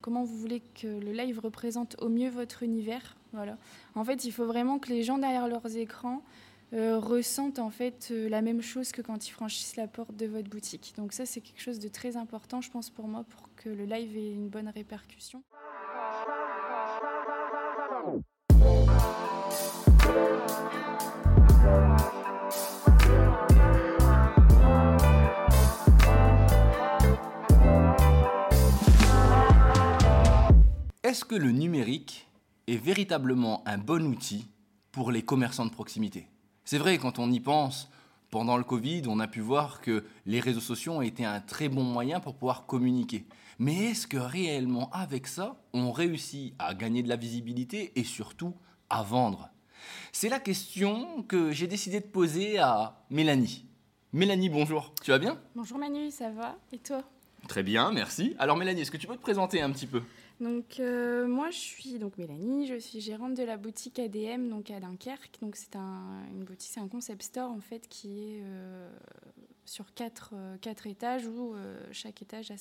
comment vous voulez que le live représente au mieux votre univers. Voilà. En fait, il faut vraiment que les gens derrière leurs écrans ressentent en fait la même chose que quand ils franchissent la porte de votre boutique. Donc ça, c'est quelque chose de très important, je pense, pour moi, pour que le live ait une bonne répercussion. Est-ce que le numérique est véritablement un bon outil pour les commerçants de proximité ? C'est vrai, quand on y pense, pendant le Covid, on a pu voir que les réseaux sociaux ont été un très bon moyen pour pouvoir communiquer. Mais est-ce que réellement, avec ça, on réussit à gagner de la visibilité et surtout à vendre ? C'est la question que j'ai décidé de poser à Mélanie. Mélanie, bonjour, tu vas bien ? Bonjour Manu, ça va ? Et toi ? Très bien, merci. Alors Mélanie, est-ce que tu peux te présenter un petit peu ? Donc moi je suis donc Mélanie, je suis gérante de la boutique ADM donc à Dunkerque. Donc c'est une boutique, c'est un concept store en fait qui est sur quatre étages où chaque étage a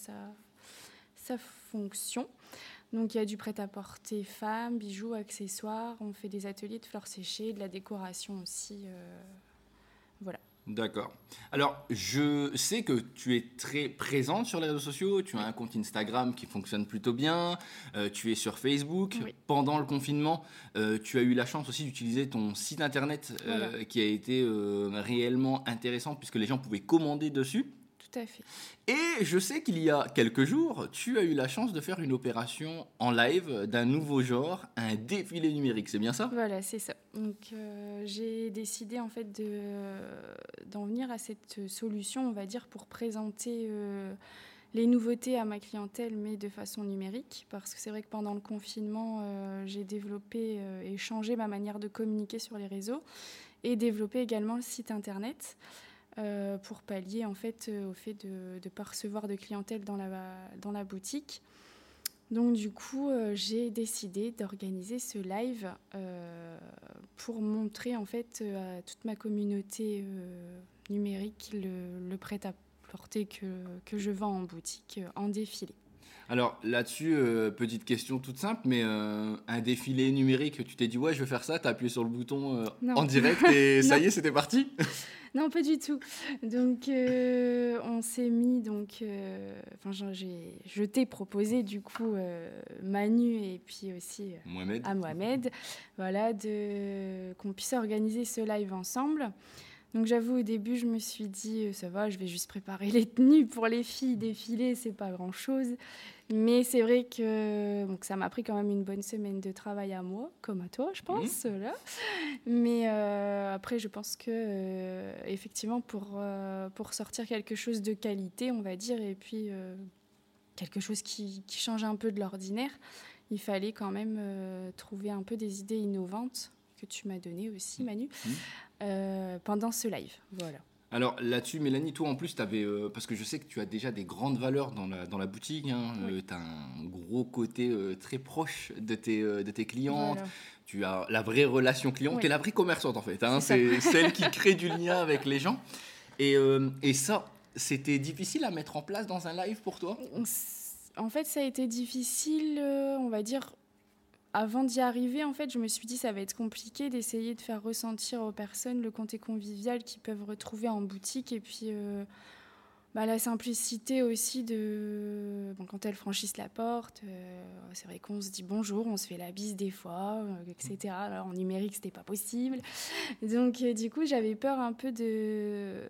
sa fonction. Donc il y a du prêt-à-porter femmes, bijoux, accessoires. On fait des ateliers de fleurs séchées, de la décoration aussi. Voilà. D'accord. Alors, je sais que tu es très présente sur les réseaux sociaux. Tu as un compte Instagram qui fonctionne plutôt bien. Tu es sur Facebook. Oui. Pendant le confinement, tu as eu la chance aussi d'utiliser ton site internet Voilà. qui a été réellement intéressant puisque les gens pouvaient commander dessus. Tout à fait. Et je sais qu'il y a quelques jours, tu as eu la chance de faire une opération en live d'un nouveau genre, un défilé numérique. C'est bien ça ? Voilà, c'est ça. Donc j'ai décidé en fait d'en venir à cette solution, on va dire, pour présenter les nouveautés à ma clientèle, mais de façon numérique. Parce que c'est vrai que pendant le confinement, j'ai développé et changé ma manière de communiquer sur les réseaux et développé également le site internet. Pour pallier en fait au fait de ne pas recevoir de clientèle dans la boutique. Donc du coup, j'ai décidé d'organiser ce live pour montrer en fait à toute ma communauté numérique le prêt-à-porter que je vends en boutique en défilé. Alors là-dessus, petite question toute simple, mais un défilé numérique, tu t'es dit ouais je vais faire ça, t'as appuyé sur le bouton en direct et ça y est c'était parti ? Non, pas du tout. Donc, on s'est mis, je t'ai proposé du coup Manu et puis aussi à Mohamed, voilà, qu'on puisse organiser ce live ensemble. Donc j'avoue, au début, je me suis dit, ça va, je vais juste préparer les tenues pour les filles, défiler, c'est pas grand-chose. Mais c'est vrai que ça m'a pris quand même une bonne semaine de travail à moi, comme à toi, je pense. Là. Mais après, je pense que effectivement, pour sortir quelque chose de qualité, on va dire, et puis quelque chose qui change un peu de l'ordinaire, il fallait quand même trouver un peu des idées innovantes que tu m'as données aussi, Manu, pendant ce live. Voilà. Alors là-dessus, Mélanie, toi en plus, parce que je sais que tu as déjà des grandes valeurs dans la boutique, hein, oui. tu as un gros côté très proche de tes clientes, Voilà. Tu as la vraie relation client, Oui. tu es la vraie commerçante en fait, hein, c'est celle qui crée du lien avec les gens. Et ça, c'était difficile à mettre en place dans un live pour toi ? En fait, ça a été difficile, on va dire. Avant d'y arriver, en fait, je me suis dit ça va être compliqué d'essayer de faire ressentir aux personnes le côté convivial qu'ils peuvent retrouver en boutique et puis la simplicité aussi quand elles franchissent la porte. C'est vrai qu'on se dit bonjour, on se fait la bise des fois, etc. Alors, en numérique, c'était pas possible. Donc, du coup, j'avais peur un peu de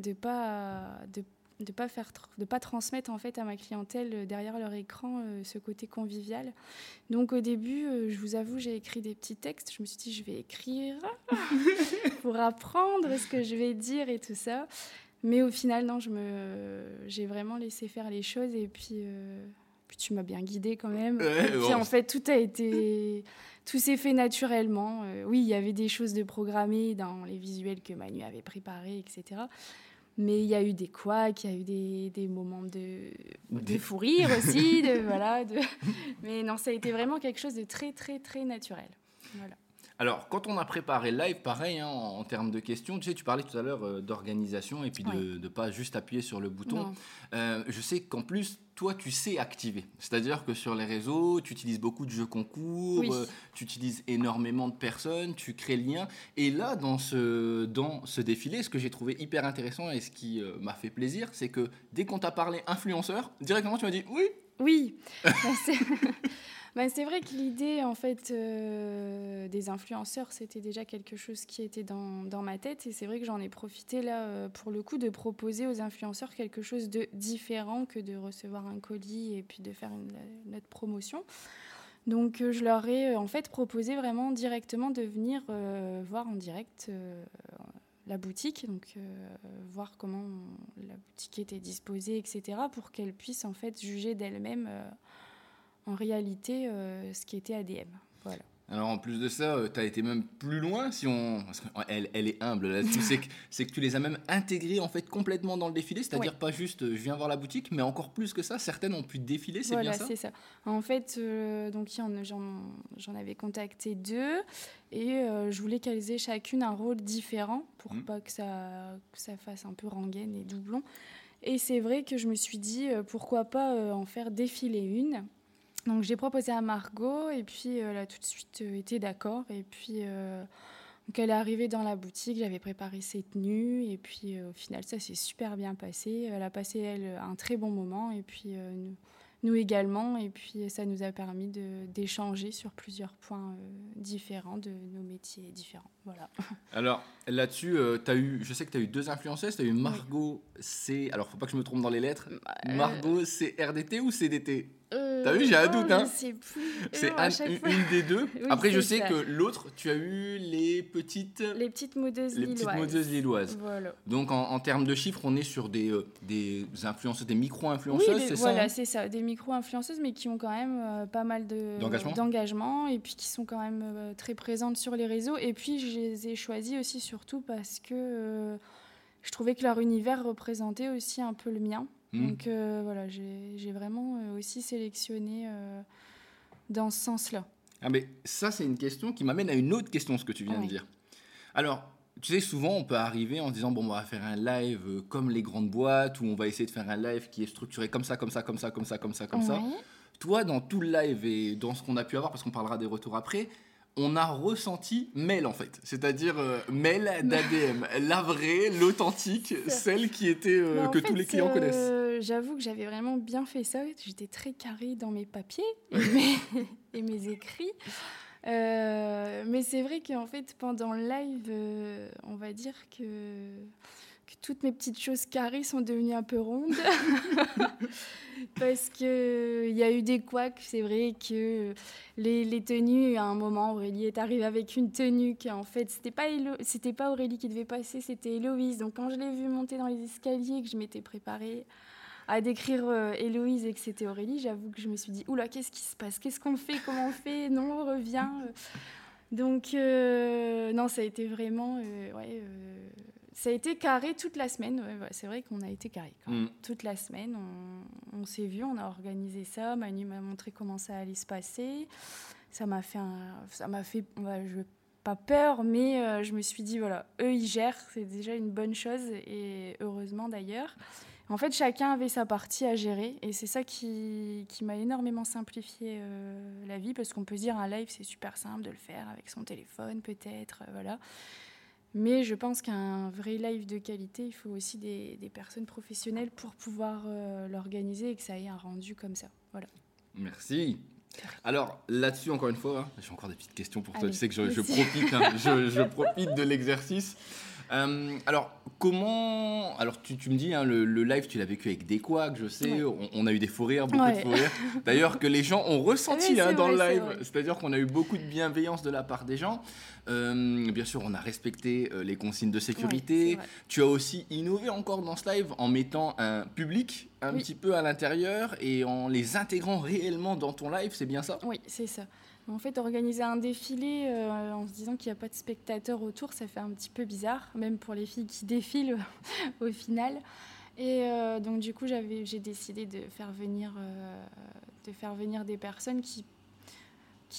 pas transmettre en fait à ma clientèle derrière leur écran ce côté convivial. Donc au début, je vous avoue, j'ai écrit des petits textes. Je me suis dit, je vais écrire pour apprendre ce que je vais dire et tout ça. Mais au final, non, j'ai vraiment laissé faire les choses et puis tu m'as bien guidée quand même. Et puis en fait, tout s'est fait naturellement. Oui, il y avait des choses de programmées dans les visuels que Manu avait préparés, etc. Mais il y a eu des couacs, il y a eu des moments de fou rire aussi. Mais non, ça a été vraiment quelque chose de très, très, très naturel. Voilà. Alors, quand on a préparé le live, pareil, hein, en termes de questions, tu sais, tu parlais tout à l'heure d'organisation et puis de ne pas juste appuyer sur le bouton. Je sais qu'en plus, toi, tu sais activer. C'est-à-dire que sur les réseaux, tu utilises beaucoup de jeux concours, tu utilises énormément de personnes, tu crées le lien. Et là, dans ce défilé, ce que j'ai trouvé hyper intéressant et ce qui m'a fait plaisir, c'est que dès qu'on t'a parlé influenceur, directement, tu m'as dit oui. Oui. C'est vrai que l'idée, en fait, des influenceurs, c'était déjà quelque chose qui était dans ma tête. Et c'est vrai que j'en ai profité, là, pour le coup, de proposer aux influenceurs quelque chose de différent que de recevoir un colis et puis de faire notre promotion. Donc, je leur ai, en fait, proposé vraiment directement de venir voir en direct la boutique, donc voir comment la boutique était disposée, etc., pour qu'elles puissent, en fait, juger d'elles-mêmes en réalité ce qui était ADM. Voilà. Alors en plus de ça, tu as été même plus loin, parce qu'elle est humble là-dessus, c'est que tu les as même intégrées en fait complètement dans le défilé, c'est-à-dire pas juste je viens voir la boutique, mais encore plus que ça, certaines ont pu défiler, c'est bien ça ? Voilà, c'est ça. En fait, donc j'en avais contacté 2 et je voulais qu'elles aient chacune un rôle différent pour pas que ça fasse un peu rengaine et doublon. Et c'est vrai que je me suis dit pourquoi pas en faire défiler une. Donc j'ai proposé à Margot et puis elle a tout de suite été d'accord. Et puis donc elle est arrivée dans la boutique, j'avais préparé ses tenues et puis au final ça s'est super bien passé. Elle a passé elle un très bon moment et puis nous également. Et puis ça nous a permis d'échanger sur plusieurs points différents de nos métiers différents. Voilà. Alors là-dessus, je sais que tu as eu 2 influenceuses, tu as eu Margot C. Alors faut pas que je me trompe dans les lettres. Margot c'est RDT ou CDT ? T'as vu, j'ai un doute, hein. Je sais plus. C'est une des 2. Oui, après, je sais ça. Que l'autre, tu as eu les petites modeuses lilloises. Petites modeuses lilloises. Voilà. Donc, en termes de chiffres, on est sur des influenceuses, des micro-influenceuses, c'est voilà, ça, hein ? C'est ça. Des micro-influenceuses, mais qui ont quand même pas mal d'engagement et puis qui sont quand même très présentes sur les réseaux. Et puis, je les ai choisies aussi surtout parce que je trouvais que leur univers représentait aussi un peu le mien. Donc voilà, j'ai vraiment aussi sélectionné dans ce sens-là. Ah mais ça, c'est une question qui m'amène à une autre question, ce que tu viens de dire. Alors, tu sais, souvent, on peut arriver en se disant, bon, on va faire un live comme les grandes boîtes, ou on va essayer de faire un live qui est structuré comme ça. Toi, dans tout le live et dans ce qu'on a pu avoir, parce qu'on parlera des retours après, on a ressenti Mel en fait, c'est-à-dire Mel d'ADM, la vraie, l'authentique, celle qui était que tous les clients connaissent. J'avoue que j'avais vraiment bien fait ça, j'étais très carrée dans mes papiers et mes écrits. Mais c'est vrai qu'en fait, pendant le live, on va dire que toutes mes petites choses carrées sont devenues un peu rondes. Parce qu'il y a eu des couacs, c'est vrai que les tenues, à un moment, Aurélie est arrivée avec une tenue qui, en fait, c'était pas Aurélie qui devait passer, c'était Héloïse. Donc, quand je l'ai vue monter dans les escaliers, que je m'étais préparée à décrire Héloïse et que c'était Aurélie, j'avoue que je me suis dit, oula, qu'est-ce qui se passe ? Qu'est-ce qu'on fait ? Comment on fait ? Non, on revient. Donc, non, ça a été vraiment... ça a été carré toute la semaine. Ouais, c'est vrai qu'on a été carré quand même. Toute la semaine, on s'est vus, on a organisé ça. Manu m'a montré comment ça allait se passer. Ça m'a fait pas peur, mais je me suis dit, voilà, eux, ils gèrent. C'est déjà une bonne chose, et heureusement d'ailleurs. En fait, chacun avait sa partie à gérer, et c'est ça qui m'a énormément simplifié la vie, parce qu'on peut se dire, un live, c'est super simple de le faire avec son téléphone, peut-être, voilà. Mais je pense qu'un vrai live de qualité, il faut aussi des personnes professionnelles pour pouvoir l'organiser et que ça ait un rendu comme ça. Voilà. Merci. Alors là-dessus, encore une fois, j'ai encore des petites questions pour toi. Tu sais que je profite, je profite de l'exercice. Alors, comment... Alors, tu me dis, le live, tu l'as vécu avec des couacs, je sais. Ouais. On a eu des fous rires, beaucoup de fous rires. D'ailleurs, que les gens ont ressenti dans le live. C'est-à-dire qu'on a eu beaucoup de bienveillance de la part des gens. Bien sûr, on a respecté les consignes de sécurité. Tu as aussi innové encore dans ce live en mettant un public un petit peu à l'intérieur et en les intégrant réellement dans ton live. C'est bien ça ? Oui, c'est ça. En fait, organiser un défilé en se disant qu'il n'y a pas de spectateurs autour, ça fait un petit peu bizarre, même pour les filles qui défilent au final. Et donc, du coup, j'ai décidé de faire venir des personnes qui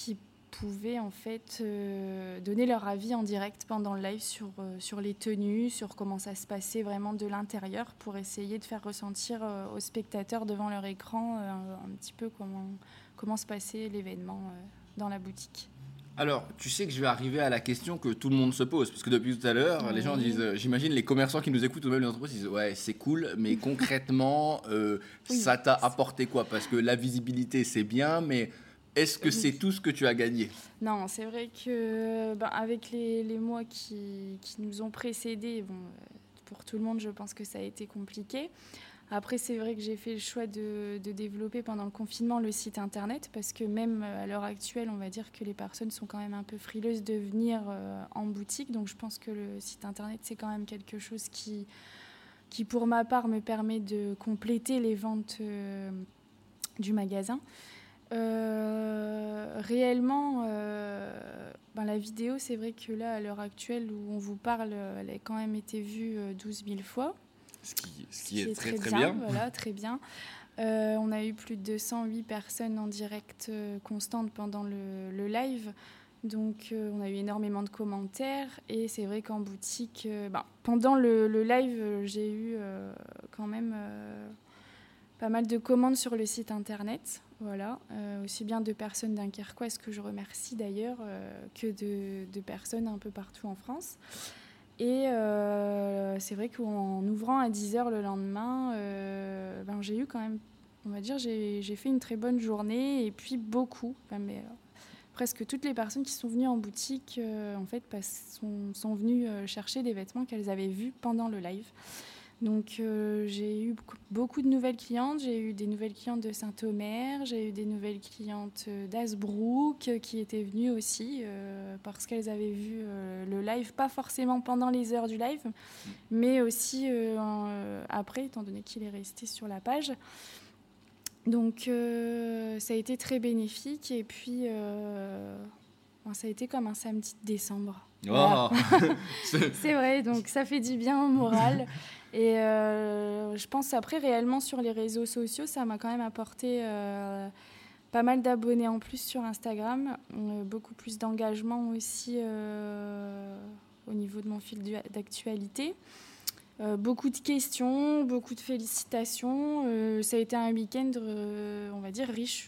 pouvaient en fait donner leur avis en direct pendant le live sur les tenues, sur comment ça se passait vraiment de l'intérieur, pour essayer de faire ressentir aux spectateurs devant leur écran un petit peu comment se passait l'événement dans la boutique. Alors, tu sais que je vais arriver à la question que tout le monde se pose, parce que depuis tout à l'heure, les gens disent, j'imagine les commerçants qui nous écoutent ou même les entreprises disent, ouais, c'est cool, mais concrètement, ça t'a apporté quoi? Parce que la visibilité, c'est bien, mais est-ce que c'est tout ce que tu as gagné? Non, c'est vrai que avec les mois qui nous ont précédés, pour tout le monde, je pense que ça a été compliqué. Après, c'est vrai que j'ai fait le choix de développer pendant le confinement le site internet, parce que même à l'heure actuelle, on va dire que les personnes sont quand même un peu frileuses de venir en boutique. Donc je pense que le site internet, c'est quand même quelque chose qui pour ma part, me permet de compléter les ventes du magasin. Réellement, la vidéo, c'est vrai que là, à l'heure actuelle où on vous parle, elle a quand même été vue 12 000 fois. Ce qui est très bien. Voilà, très bien. On a eu plus de 208 personnes en direct constante pendant le live. Donc, on a eu énormément de commentaires. Et c'est vrai qu'en boutique, pendant le live, j'ai eu quand même pas mal de commandes sur le site internet. Voilà. Aussi bien de personnes dunkerquoises, que je remercie d'ailleurs, que de personnes un peu partout en France. Et c'est vrai qu'en ouvrant à 10h le lendemain, j'ai eu quand même, on va dire, j'ai fait une très bonne journée. Et puis presque toutes les personnes qui sont venues en boutique, en fait, sont venues chercher des vêtements qu'elles avaient vus pendant le live. Donc j'ai eu beaucoup de nouvelles clientes. J'ai eu des nouvelles clientes de Saint-Omer, j'ai eu des nouvelles clientes d'Hazebrouck qui étaient venues aussi parce qu'elles avaient vu le live, pas forcément pendant les heures du live, mais aussi après, étant donné qu'il est resté sur la page. Donc ça a été très bénéfique, et puis ça a été comme un samedi de décembre. Oh. C'est vrai, donc ça fait du bien au moral. Et je pense après, réellement, sur les réseaux sociaux, ça m'a quand même apporté pas mal d'abonnés en plus sur Instagram, beaucoup plus d'engagement aussi au niveau de mon fil d'actualité. Beaucoup de questions, beaucoup de félicitations. Ça a été un week-end, on va dire, riche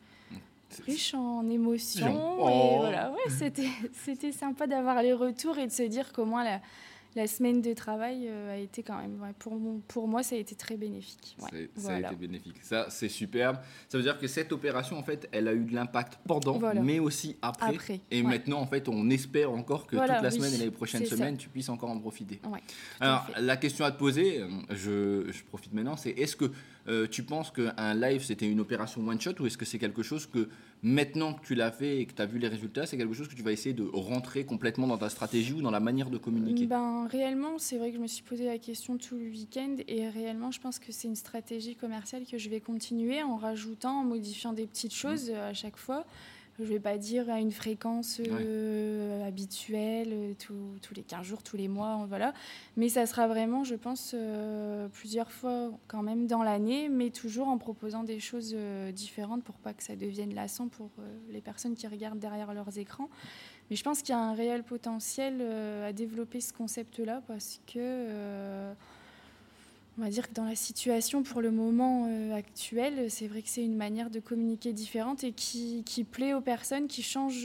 en émotions. Oh. Et voilà, c'était sympa d'avoir les retours et de se dire comment la semaine de travail a été quand même, pour moi, ça a été très bénéfique. Ouais, ça a été bénéfique. Ça, c'est superbe. Ça veut dire que cette opération, en fait, elle a eu de l'impact pendant, mais aussi après. Et maintenant, en fait, on espère encore que toute la semaine et les prochaines semaines, tu puisses encore en profiter. Ouais, alors, la question à te poser, je profite maintenant, c'est est-ce que tu penses qu'un live, c'était une opération one-shot, ou est-ce que c'est quelque chose que, maintenant que tu l'as fait et que tu as vu les résultats, c'est quelque chose que tu vas essayer de rentrer complètement dans ta stratégie ou dans la manière de communiquer? Réellement, c'est vrai que je me suis posé la question tout le week-end, et réellement, je pense que c'est une stratégie commerciale que je vais continuer en rajoutant, en modifiant des petites choses à chaque fois. Je ne vais pas dire à une fréquence habituelle, tous les 15 jours, tous les mois, voilà. Mais ça sera vraiment, je pense, plusieurs fois quand même dans l'année, mais toujours en proposant des choses différentes pour pas que ça devienne lassant pour les personnes qui regardent derrière leurs écrans. Mais je pense qu'il y a un réel potentiel à développer ce concept-là, parce que on va dire que dans la situation pour le moment actuel, c'est vrai que c'est une manière de communiquer différente et qui plaît aux personnes, qui change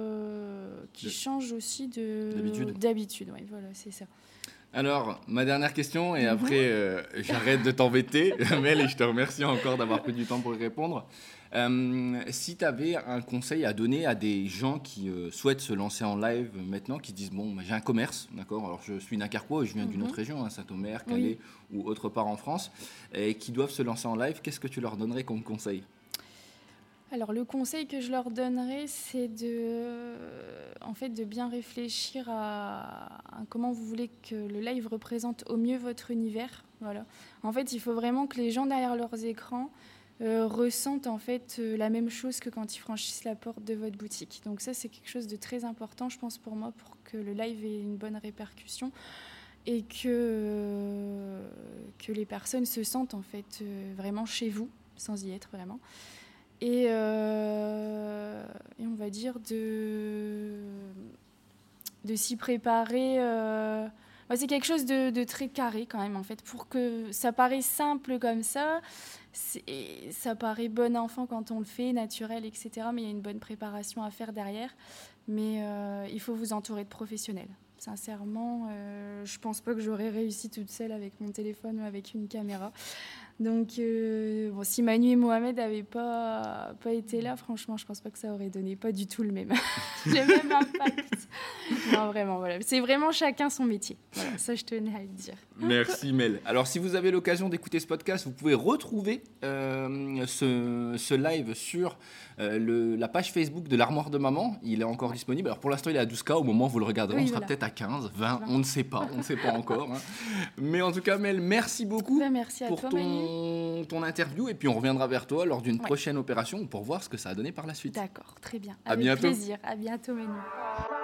aussi d'habitude. Ouais, voilà, c'est ça. Alors, ma dernière question, et après j'arrête de t'embêter, Mel, et je te remercie encore d'avoir pris du temps pour y répondre. Si tu avais un conseil à donner à des gens qui souhaitent se lancer en live maintenant, qui disent, bon, j'ai un commerce, d'accord, alors je suis dunkerquois et je viens d'une autre région, Saint-Omer, Calais ou autre part en France, et qui doivent se lancer en live, qu'est-ce que tu leur donnerais comme conseil ? Alors, le conseil que je leur donnerais, c'est de bien réfléchir à comment vous voulez que le live représente au mieux votre univers. Voilà. En fait, il faut vraiment que les gens derrière leurs écrans ressentent en fait la même chose que quand ils franchissent la porte de votre boutique. Donc ça, c'est quelque chose de très important, je pense, pour moi, pour que le live ait une bonne répercussion et que les personnes se sentent en fait vraiment chez vous, sans y être vraiment. Et on va va dire, de s'y préparer. C'est quelque chose de très carré quand même, en fait. Pour que ça paraît simple comme ça, ça paraît bon enfant quand on le fait, naturel, etc. Mais il y a une bonne préparation à faire derrière. Mais il faut vous entourer de professionnels. Sincèrement, je pense pas que j'aurais réussi toute seule avec mon téléphone ou avec une caméra. Donc, si Manu et Mohamed n'avaient pas été là, franchement, je pense pas que ça aurait donné pas du tout le même impact. Non, vraiment, voilà. C'est vraiment chacun son métier. Voilà, ça, je tenais à le dire. Merci, Mel. Alors, si vous avez l'occasion d'écouter ce podcast, vous pouvez retrouver ce live sur la page Facebook de l'Armoire de Maman. Il est encore disponible. Alors, pour l'instant, il est à 12K. Au moment où vous le regarderez, on sera peut-être à 15, 20, on ne sait pas. On ne sait pas encore. Hein. Mais en tout cas, Mel, merci beaucoup merci à pour toi, ton interview. Et puis, on reviendra vers toi lors d'une prochaine opération pour voir ce que ça a donné par la suite. D'accord, très bien. Avec plaisir. À bientôt, Manu.